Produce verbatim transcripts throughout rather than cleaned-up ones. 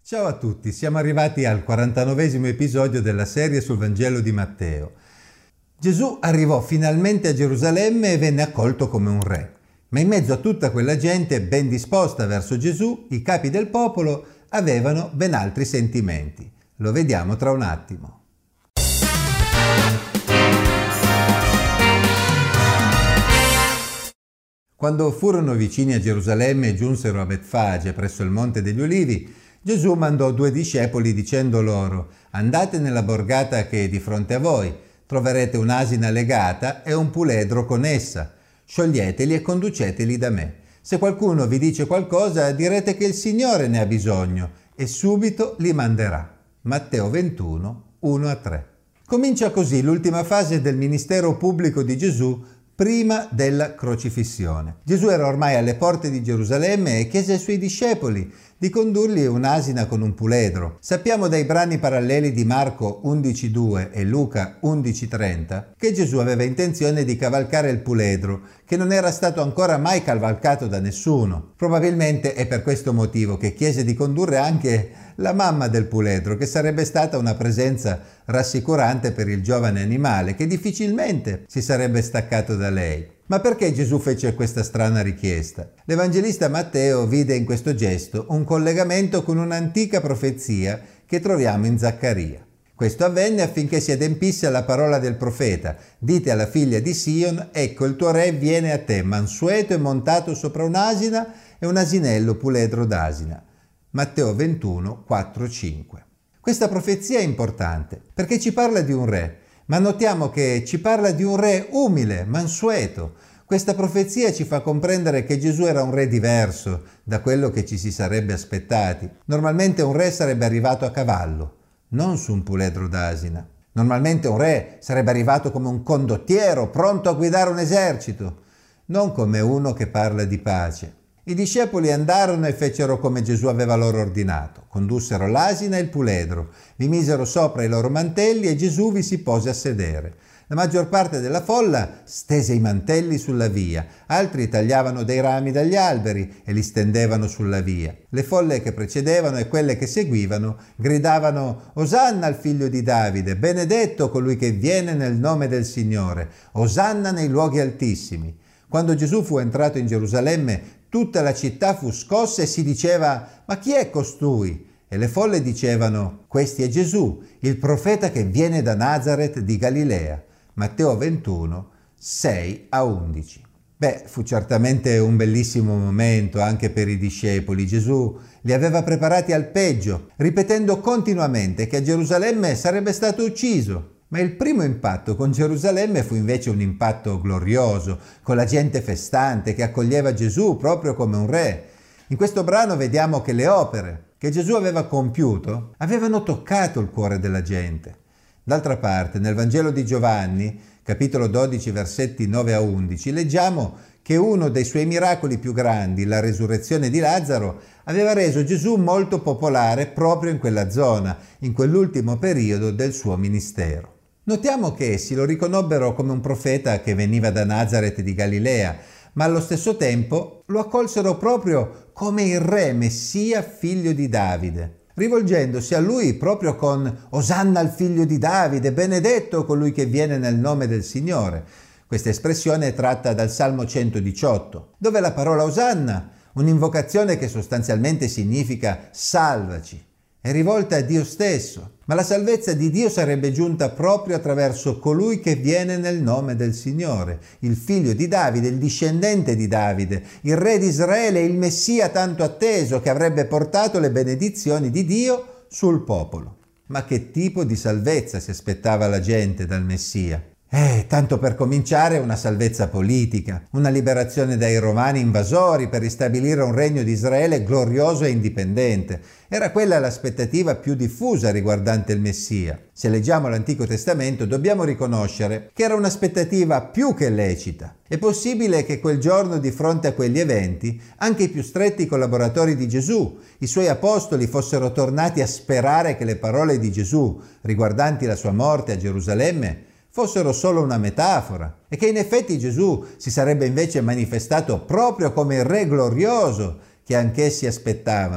Ciao a tutti, siamo arrivati al quarantanovesimo episodio della serie sul Vangelo di Matteo. Gesù arrivò finalmente a Gerusalemme e venne accolto come un re. Ma in mezzo a tutta quella gente ben disposta verso Gesù, i capi del popolo avevano ben altri sentimenti. Lo vediamo tra un attimo. Quando furono vicini a Gerusalemme e giunsero a Betfage presso il Monte degli Ulivi, Gesù mandò due discepoli dicendo loro: «Andate nella borgata che è di fronte a voi, troverete un'asina legata e un puledro con essa. Scioglieteli e conduceteli da me. Se qualcuno vi dice qualcosa, direte che il Signore ne ha bisogno e subito li manderà». Matteo ventuno, uno a tre. Comincia così l'ultima fase del ministero pubblico di Gesù prima della crocifissione. Gesù era ormai alle porte di Gerusalemme e chiese ai suoi discepoli di condurgli un'asina con un puledro. Sappiamo dai brani paralleli di Marco undici due e Luca undici trenta che Gesù aveva intenzione di cavalcare il puledro, che non era stato ancora mai cavalcato da nessuno. Probabilmente è per questo motivo che chiese di condurre anche la mamma del puledro, che sarebbe stata una presenza rassicurante per il giovane animale, che difficilmente si sarebbe staccato da lei. Ma perché Gesù fece questa strana richiesta? L'Evangelista Matteo vide in questo gesto un collegamento con un'antica profezia che troviamo in Zaccaria. Questo avvenne affinché si adempisse la parola del profeta: «Dite alla figlia di Sion, ecco il tuo re viene a te, mansueto e montato sopra un'asina e un asinello puledro d'asina». Matteo ventuno, quattro cinque. Questa profezia è importante perché ci parla di un re, ma notiamo che ci parla di un re umile, mansueto. Questa profezia ci fa comprendere che Gesù era un re diverso da quello che ci si sarebbe aspettati. Normalmente un re sarebbe arrivato a cavallo, non su un puledro d'asina. Normalmente un re sarebbe arrivato come un condottiero, pronto a guidare un esercito, non come uno che parla di pace. I discepoli andarono e fecero come Gesù aveva loro ordinato. Condussero l'asina e il puledro, vi misero sopra i loro mantelli e Gesù vi si pose a sedere. La maggior parte della folla stese i mantelli sulla via, altri tagliavano dei rami dagli alberi e li stendevano sulla via. Le folle che precedevano e quelle che seguivano gridavano: «Osanna al figlio di Davide, benedetto colui che viene nel nome del Signore, Osanna nei luoghi altissimi». Quando Gesù fu entrato in Gerusalemme, tutta la città fu scossa e si diceva: «Ma chi è costui?» E le folle dicevano: «Questi è Gesù, il profeta che viene da Nazaret di Galilea». Matteo ventuno, sei a undici. Beh, fu certamente un bellissimo momento anche per i discepoli. Gesù li aveva preparati al peggio, ripetendo continuamente che a Gerusalemme sarebbe stato ucciso. Ma il primo impatto con Gerusalemme fu invece un impatto glorioso, con la gente festante che accoglieva Gesù proprio come un re. In questo brano vediamo che le opere che Gesù aveva compiuto avevano toccato il cuore della gente. D'altra parte, nel Vangelo di Giovanni, capitolo dodici, versetti nove a undici, leggiamo che uno dei suoi miracoli più grandi, la resurrezione di Lazzaro, aveva reso Gesù molto popolare proprio in quella zona, in quell'ultimo periodo del suo ministero. Notiamo che essi lo riconobbero come un profeta che veniva da Nazaret di Galilea, ma allo stesso tempo lo accolsero proprio come il re Messia, figlio di Davide, rivolgendosi a lui proprio con «Osanna al figlio di Davide, benedetto colui che viene nel nome del Signore». Questa espressione è tratta dal Salmo centodiciotto, dove la parola Osanna, un'invocazione che sostanzialmente significa «salvaci», è rivolta a Dio stesso, ma la salvezza di Dio sarebbe giunta proprio attraverso colui che viene nel nome del Signore, il figlio di Davide, il discendente di Davide, il re di Israele, il Messia tanto atteso che avrebbe portato le benedizioni di Dio sul popolo. Ma che tipo di salvezza si aspettava la gente dal Messia? Eh, tanto per cominciare una salvezza politica, una liberazione dai romani invasori per ristabilire un regno di Israele glorioso e indipendente. Era quella l'aspettativa più diffusa riguardante il Messia. Se leggiamo l'Antico Testamento dobbiamo riconoscere che era un'aspettativa più che lecita. È possibile che quel giorno, di fronte a quegli eventi, anche i più stretti collaboratori di Gesù, i suoi apostoli, fossero tornati a sperare che le parole di Gesù riguardanti la sua morte a Gerusalemme fossero solo una metafora e che in effetti Gesù si sarebbe invece manifestato proprio come il Re glorioso che anch'essi aspettavano.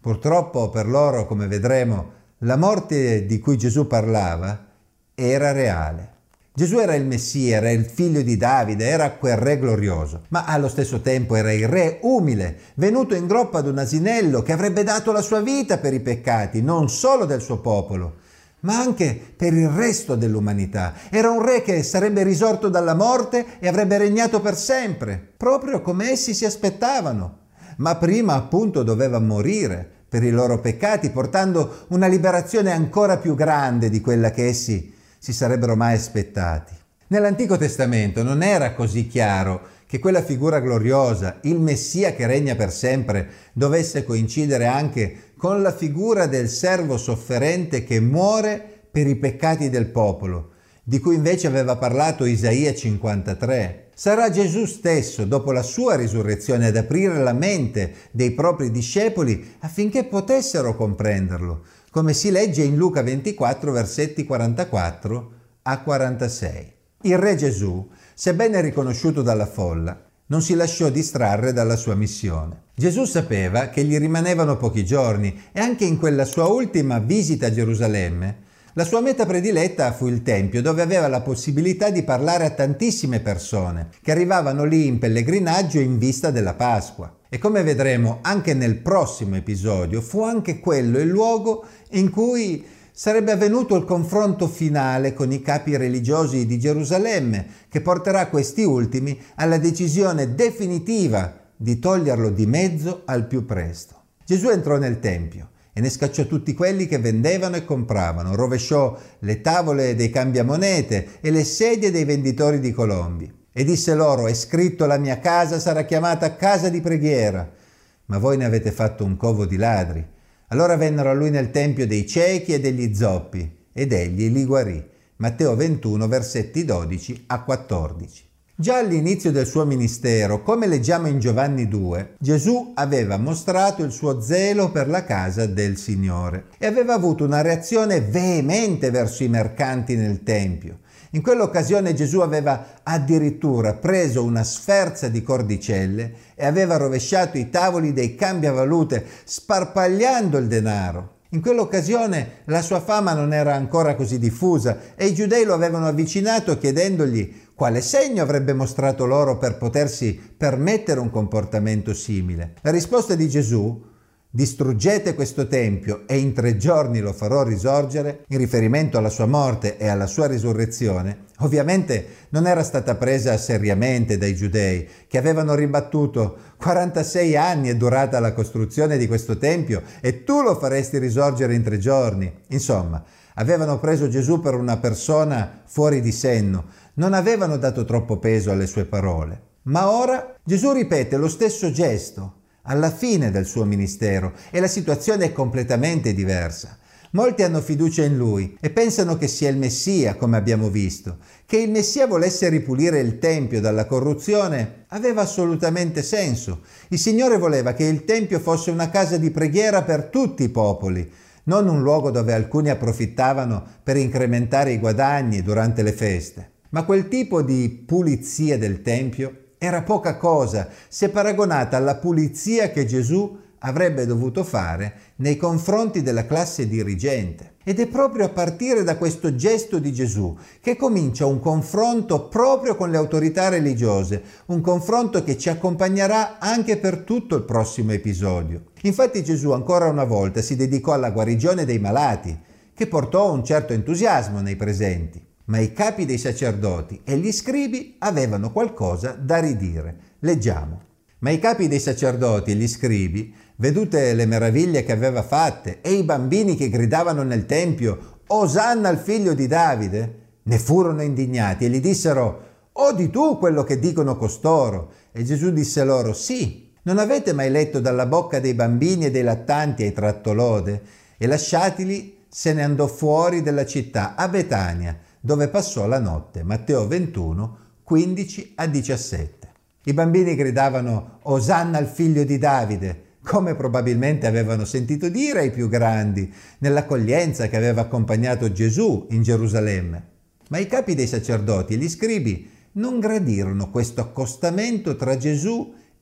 Purtroppo per loro, come vedremo, la morte di cui Gesù parlava era reale. Gesù era il Messia, era il figlio di Davide, era quel re glorioso, ma allo stesso tempo era il re umile, venuto in groppa ad un asinello che avrebbe dato la sua vita per i peccati, non solo del suo popolo, ma anche per il resto dell'umanità. Era un re che sarebbe risorto dalla morte e avrebbe regnato per sempre, proprio come essi si aspettavano. Ma prima appunto doveva morire per i loro peccati, portando una liberazione ancora più grande di quella che essi si sarebbero mai aspettati. Nell'Antico Testamento non era così chiaro che quella figura gloriosa, il Messia che regna per sempre, dovesse coincidere anche con la figura del servo sofferente che muore per i peccati del popolo, di cui invece aveva parlato Isaia cinquantatré. Sarà Gesù stesso, dopo la sua risurrezione, ad aprire la mente dei propri discepoli affinché potessero comprenderlo, come si legge in Luca ventiquattro, versetti quarantaquattro a quarantasei. Il Re Gesù, sebbene riconosciuto dalla folla, non si lasciò distrarre dalla sua missione. Gesù sapeva che gli rimanevano pochi giorni e anche in quella sua ultima visita a Gerusalemme, la sua meta prediletta fu il Tempio, dove aveva la possibilità di parlare a tantissime persone che arrivavano lì in pellegrinaggio in vista della Pasqua. E come vedremo anche nel prossimo episodio, fu anche quello il luogo in cui sarebbe avvenuto il confronto finale con i capi religiosi di Gerusalemme, che porterà questi ultimi alla decisione definitiva di toglierlo di mezzo al più presto. Gesù entrò nel Tempio e ne scacciò tutti quelli che vendevano e compravano, rovesciò le tavole dei cambiamonete e le sedie dei venditori di colombi. E disse loro: è scritto, la mia casa sarà chiamata casa di preghiera, ma voi ne avete fatto un covo di ladri. Allora vennero a lui nel tempio dei ciechi e degli zoppi, ed egli li guarì. Matteo ventuno, versetti dodici a quattordici. Già all'inizio del suo ministero, come leggiamo in Giovanni due, Gesù aveva mostrato il suo zelo per la casa del Signore e aveva avuto una reazione veemente verso i mercanti nel Tempio. In quell'occasione Gesù aveva addirittura preso una sferza di cordicelle e aveva rovesciato i tavoli dei cambiavalute, sparpagliando il denaro. In quell'occasione la sua fama non era ancora così diffusa e i giudei lo avevano avvicinato chiedendogli quale segno avrebbe mostrato loro per potersi permettere un comportamento simile. La risposta di Gesù: distruggete questo tempio e in tre giorni lo farò risorgere, in riferimento alla sua morte e alla sua risurrezione, ovviamente non era stata presa seriamente dai giudei, che avevano ribattuto: quarantasei anni è durata la costruzione di questo tempio e tu lo faresti risorgere in tre giorni. Insomma, avevano preso Gesù per una persona fuori di senno, non avevano dato troppo peso alle sue parole. Ma ora Gesù ripete lo stesso gesto alla fine del suo ministero e la situazione è completamente diversa. Molti hanno fiducia in lui e pensano che sia il Messia, come abbiamo visto. Che il Messia volesse ripulire il Tempio dalla corruzione aveva assolutamente senso. Il Signore voleva che il Tempio fosse una casa di preghiera per tutti i popoli, non un luogo dove alcuni approfittavano per incrementare i guadagni durante le feste. Ma quel tipo di pulizia del Tempio era poca cosa se paragonata alla pulizia che Gesù avrebbe dovuto fare nei confronti della classe dirigente. Ed è proprio a partire da questo gesto di Gesù che comincia un confronto proprio con le autorità religiose, un confronto che ci accompagnerà anche per tutto il prossimo episodio. Infatti Gesù ancora una volta si dedicò alla guarigione dei malati, che portò un certo entusiasmo nei presenti. Ma i capi dei sacerdoti e gli scribi avevano qualcosa da ridire. Leggiamo. Ma i capi dei sacerdoti e gli scribi, vedute le meraviglie che aveva fatte e i bambini che gridavano nel tempio «Osanna al figlio di Davide», ne furono indignati e gli dissero «Odi tu quello che dicono costoro?» E Gesù disse loro «Sì, non avete mai letto dalla bocca dei bambini e dei lattanti hai tratto lode?» E lasciatili se ne andò fuori della città a Betania, dove passò la notte. Matteo ventuno, quindici a diciassette. I bambini gridavano «Osanna al figlio di Davide», come probabilmente avevano sentito dire ai più grandi nell'accoglienza che aveva accompagnato Gesù in Gerusalemme. Ma i capi dei sacerdoti e gli scribi non gradirono questo accostamento tra Gesù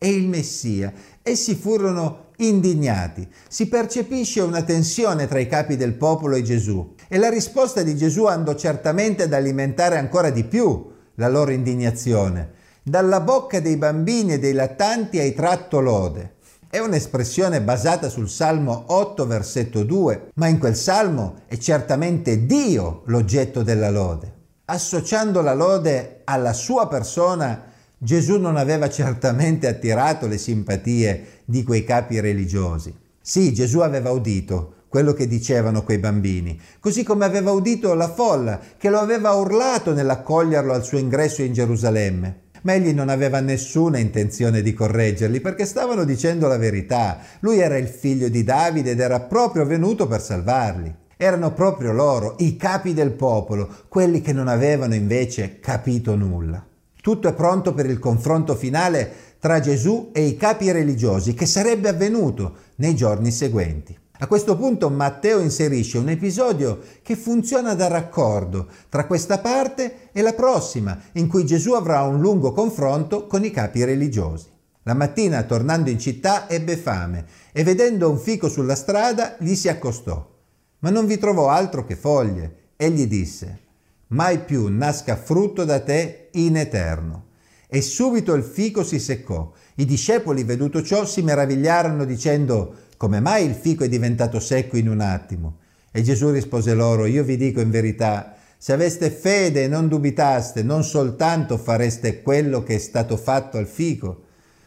è il Messia. Essi furono indignati. Si percepisce una tensione tra i capi del popolo e Gesù, e la risposta di Gesù andò certamente ad alimentare ancora di più la loro indignazione. Dalla bocca dei bambini e dei lattanti hai tratto lode. È un'espressione basata sul Salmo otto, versetto due, ma in quel salmo è certamente Dio l'oggetto della lode. Associando la lode alla sua persona, Gesù non aveva certamente attirato le simpatie di quei capi religiosi. Sì, Gesù aveva udito quello che dicevano quei bambini, così come aveva udito la folla che lo aveva urlato nell'accoglierlo al suo ingresso in Gerusalemme. Ma egli non aveva nessuna intenzione di correggerli, perché stavano dicendo la verità. Lui era il figlio di Davide ed era proprio venuto per salvarli. Erano proprio loro, i capi del popolo, quelli che non avevano invece capito nulla. Tutto è pronto per il confronto finale tra Gesù e i capi religiosi, che sarebbe avvenuto nei giorni seguenti. A questo punto Matteo inserisce un episodio che funziona da raccordo tra questa parte e la prossima, in cui Gesù avrà un lungo confronto con i capi religiosi. La mattina, tornando in città, ebbe fame e vedendo un fico sulla strada gli si accostò. Ma non vi trovò altro che foglie e gli disse: «Mai più nasca frutto da te in eterno». E subito il fico si seccò. I discepoli, veduto ciò, si meravigliarono dicendo: «Come mai il fico è diventato secco in un attimo?» E Gesù rispose loro: «Io vi dico in verità, se aveste fede e non dubitaste, non soltanto fareste quello che è stato fatto al fico,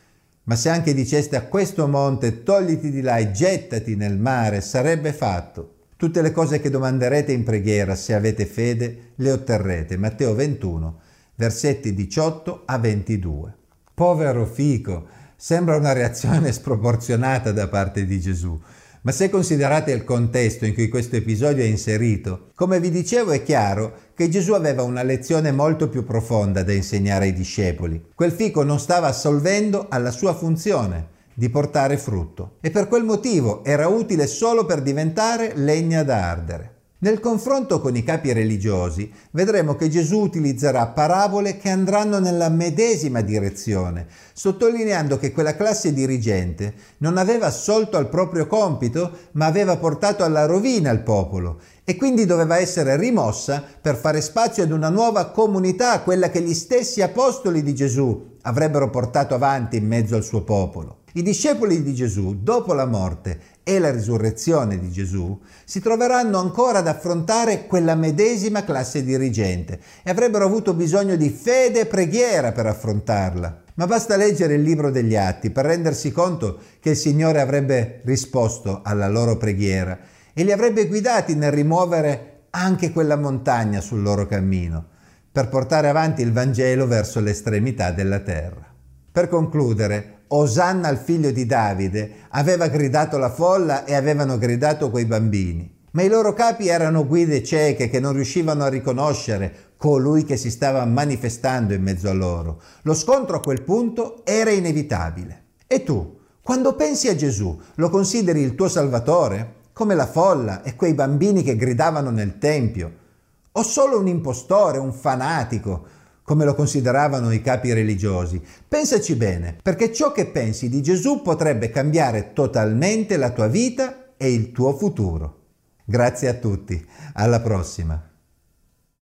ma se anche diceste a questo monte: togliti di là e gettati nel mare, sarebbe fatto. Tutte le cose che domanderete in preghiera, se avete fede, le otterrete». Matteo ventuno, versetti diciotto a ventidue. Povero fico! Sembra una reazione sproporzionata da parte di Gesù, ma se considerate il contesto in cui questo episodio è inserito, come vi dicevo, è chiaro che Gesù aveva una lezione molto più profonda da insegnare ai discepoli. Quel fico non stava assolvendo alla sua funzione di portare frutto e per quel motivo era utile solo per diventare legna da ardere. Nel confronto con i capi religiosi vedremo che Gesù utilizzerà parabole che andranno nella medesima direzione, sottolineando che quella classe dirigente non aveva assolto al proprio compito, ma aveva portato alla rovina il popolo e quindi doveva essere rimossa per fare spazio ad una nuova comunità, quella che gli stessi apostoli di Gesù avrebbero portato avanti in mezzo al suo popolo. I discepoli di Gesù, dopo la morte e la risurrezione di Gesù, si troveranno ancora ad affrontare quella medesima classe dirigente e avrebbero avuto bisogno di fede e preghiera per affrontarla. Ma basta leggere il libro degli Atti per rendersi conto che il Signore avrebbe risposto alla loro preghiera e li avrebbe guidati nel rimuovere anche quella montagna sul loro cammino, per portare avanti il Vangelo verso l'estremità della terra. Per concludere, Osanna al figlio di Davide aveva gridato la folla e avevano gridato quei bambini. Ma i loro capi erano guide cieche che non riuscivano a riconoscere colui che si stava manifestando in mezzo a loro. Lo scontro a quel punto era inevitabile. E tu, quando pensi a Gesù, lo consideri il tuo Salvatore? Come la folla e quei bambini che gridavano nel Tempio? O solo un impostore, un fanatico, come lo consideravano i capi religiosi? Pensaci bene, perché ciò che pensi di Gesù potrebbe cambiare totalmente la tua vita e il tuo futuro. Grazie a tutti, alla prossima.